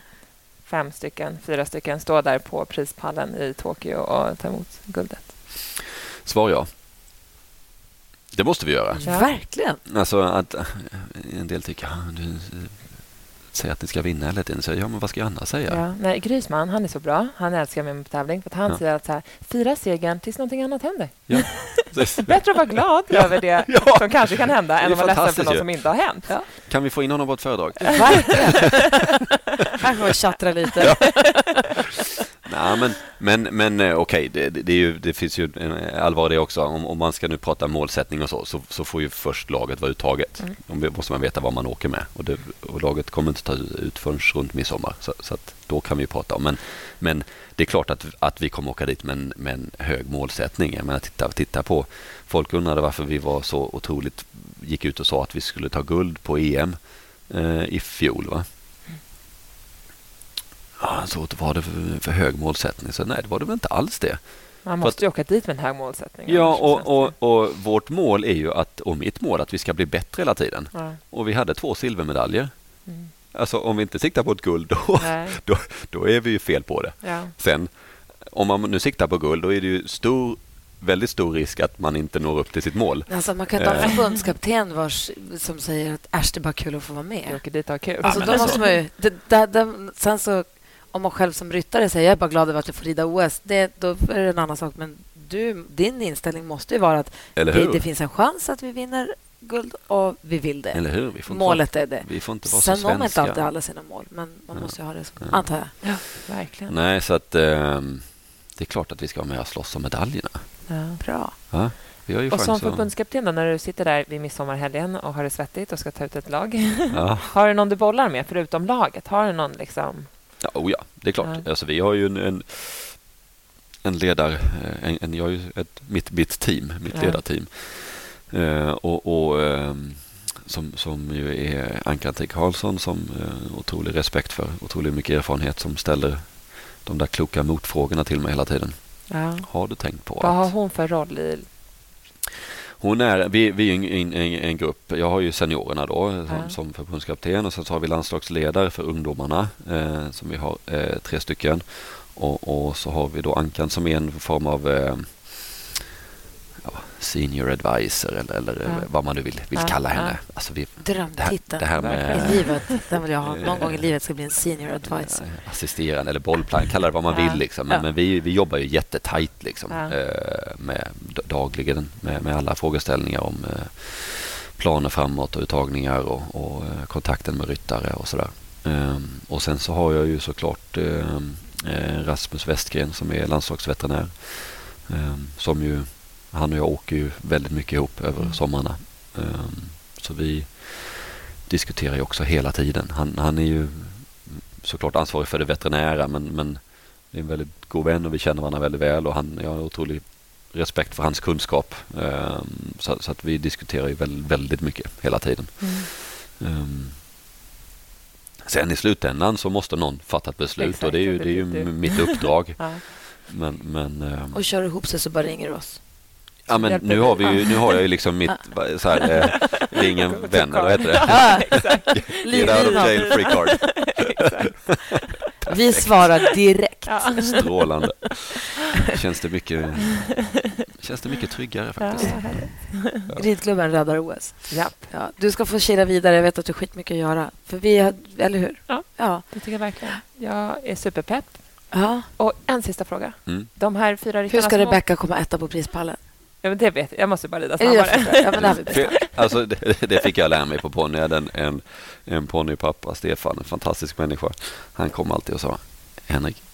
4 stycken stå där på prispallen i Tokyo och ta emot guldet? Svar ja. Det måste vi göra. Ja. Verkligen. Alltså att en del tycker säger att ni ska vinna eller inte. Så, men vad ska jag annars säga? Ja. Nej, Grysman, han är så bra. Han älskar mig på tävling. För att han säger att så här, fira segern tills någonting annat händer. Ja. Bättre att vara glad över det som kanske kan hända än att vara ledsen för något som inte har hänt. Ja. Kan vi få in honom på ett föredrag? Här får vi chattra lite. Nej, men okej, det finns ju allvar det också. Om man ska nu prata målsättning och så får ju först laget vara uttaget. Då måste man veta vad man åker med. Och laget kommer inte ta ut förrän runt midsommar. Så att då kan vi prata om. Men det är klart att vi kommer åka dit med en hög målsättning. Jag menar, titta på, folk undrade varför vi var så otroligt, gick ut och sa att vi skulle ta guld på EM i fjol, va? Så var det för hög målsättning. Så nej, det var det väl inte alls det. Man måste ju åka dit med en hög målsättning. Ja, och vårt mål är ju och mitt mål att vi ska bli bättre hela tiden. Ja. Och vi hade 2 silvermedaljer. Alltså om vi inte siktar på ett guld då är vi ju fel på det. Ja. Sen om man nu siktar på guld, då är det ju väldigt stor risk att man inte når upp till sitt mål. Alltså man kan inte ha en förbundskapten som säger att det är bara kul att få vara med. Jag åker dit och ha kul. Alltså, då måste man ju, sen så om man själv som ryttare säger jag är bara glad över att jag får rida OS, då är det en annan sak. Men din inställning måste ju vara att det finns en chans att vi vinner guld och vi vill det. Eller hur? Målet är det. Vi får inte vara sen så svenska. når man inte alltid alla sina mål, men man måste ju ha det som, antar jag. Ja, verkligen. Nej, så att det är klart att vi ska vara med och slåss om medaljerna. Ja. Bra. Ja, vi har ju och som chans förbundskapten då, när du sitter där vid midsommarhelgen och har det svettigt och ska ta ut ett lag. Ja. Har du någon du bollar med förutom laget? Har du någon liksom... Ja, det är klart. Ja. Alltså, vi har ju en ledare, jag har ju mitt ledarteam. Som ju är Ann-Katrin Karlsson som otrolig respekt för, otroligt mycket erfarenhet, som ställer de där kloka motfrågorna till mig hela tiden. Ja. Har du tänkt på vad har hon för roll i? Hon är, vi är en grupp. Jag har ju seniorerna då som förbundskapten, och sen så har vi landslagsledare för ungdomarna som vi har 3 stycken. Och så har vi då Ankan som är en form av senior advisor eller vad man nu vill kalla henne. Alltså drömtiteln. Det här med i livet, den vill jag ha. Någon gång i livet ska bli en senior advisor. Assisterande eller bollplan, kalla det vad man vill liksom. Men vi jobbar ju jättetajt liksom, med dagligen med alla frågeställningar om planer framåt och uttagningar och kontakten med ryttare och sådär. Och sen så har jag ju såklart Rasmus Westgren som är landslagsveterinär, som ju han och jag åker ju väldigt mycket ihop över sommarna. Så vi diskuterar ju också hela tiden. Han är ju såklart ansvarig för det veterinära, men är en väldigt god vän och vi känner varandra väldigt väl, och jag har otrolig respekt för hans kunskap. Så att vi diskuterar ju väldigt mycket hela tiden. Sen i slutändan så måste någon fatta ett beslut. Exakt, och det är ju mitt uppdrag. Men och kör ihop sig så bara ringer du oss. Ja, men nu har jag ju liksom mitt så här, ringen vänner, vad heter det? Exakt. Get out of jail free card. Vi svarar direkt. Strålande. Känns det mycket tryggare faktiskt. Ridklubben räddar OS. Japp. Ja, du ska få kila vidare. Jag vet att du har skitmycket att göra. För vi har, eller hur? Ja, det tycker jag verkligen. Jag är superpepp. Ja. Och en sista fråga. De här 4 ryttarna. Hur ska Rebecca komma etta på prispallen? Ja, men det vet jag. Jag måste bara rida snabbare. Alltså, det fick jag lära mig på ponny. Jag hade en ponnypappa, Stefan, en fantastisk människa. Han kom alltid och sa: Henrik,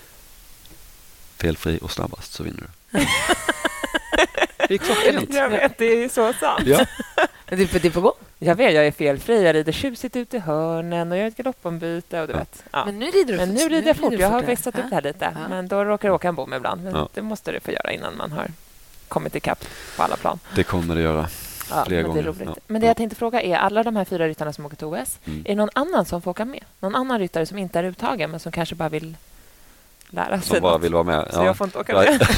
felfri och snabbast så vinner du. Det är klockrent. Jag vet, det är så sant. Ja. Det är på gång. Jag vet, jag är felfri. Jag rider tjusigt ut i hörnen och jag gör ett galoppombyte och du vet. Ja. Men nu rider du fort. Jag har växlat upp det här lite. Ja. Men då råkar jag åka en bom ibland. Men det måste du få göra innan man har kommit ikapp på alla plan. Det kommer det göra. Flera gånger. Det är roligt. Men det jag tänkte fråga är, alla de här 4 ryttarna som åker till OS, är det någon annan som får åka med? Någon annan ryttare som inte är uttagen men som kanske bara vill lära sig? Som bara vill vara med. Så jag får inte åka med.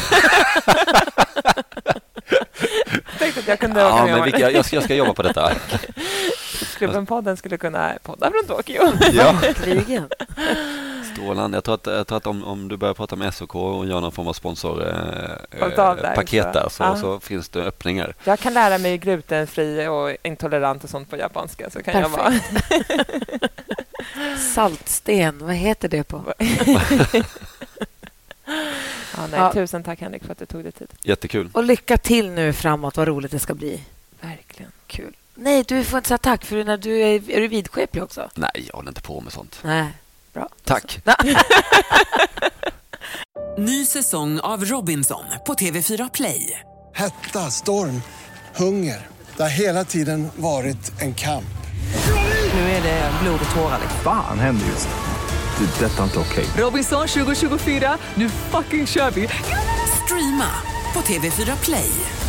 Jag tänkte att jag kunde åka med. Men jag ska jobba på detta. Klubben-podden skulle kunna podda från Tokyo. Ja. Krigen. Strålande. Jag tror att om du börjar prata med SOK och gör någon form av sponsorpaket där så finns det öppningar. Jag kan lära mig glutenfri och intolerant och sånt på japanska, så kan jag vara. Saltsten, vad heter det på? Tusen tack Henrik för att du tog dig tid. Jättekul. Och lycka till nu framåt, vad roligt det ska bli. Verkligen. Kul. Nej, du får inte säga tack för när du är du vidskeplig också. Nej, jag håller inte på med sånt. Nej, bra. Tack. Ny säsong av Robinson på TV4 Play. Hetta, storm, hunger. Det har hela tiden varit en kamp. Nu är det blod och tårar. Fan händer just det. Detta är inte okej. Robinson 2024, nu fucking kör vi. Streama på TV4 Play.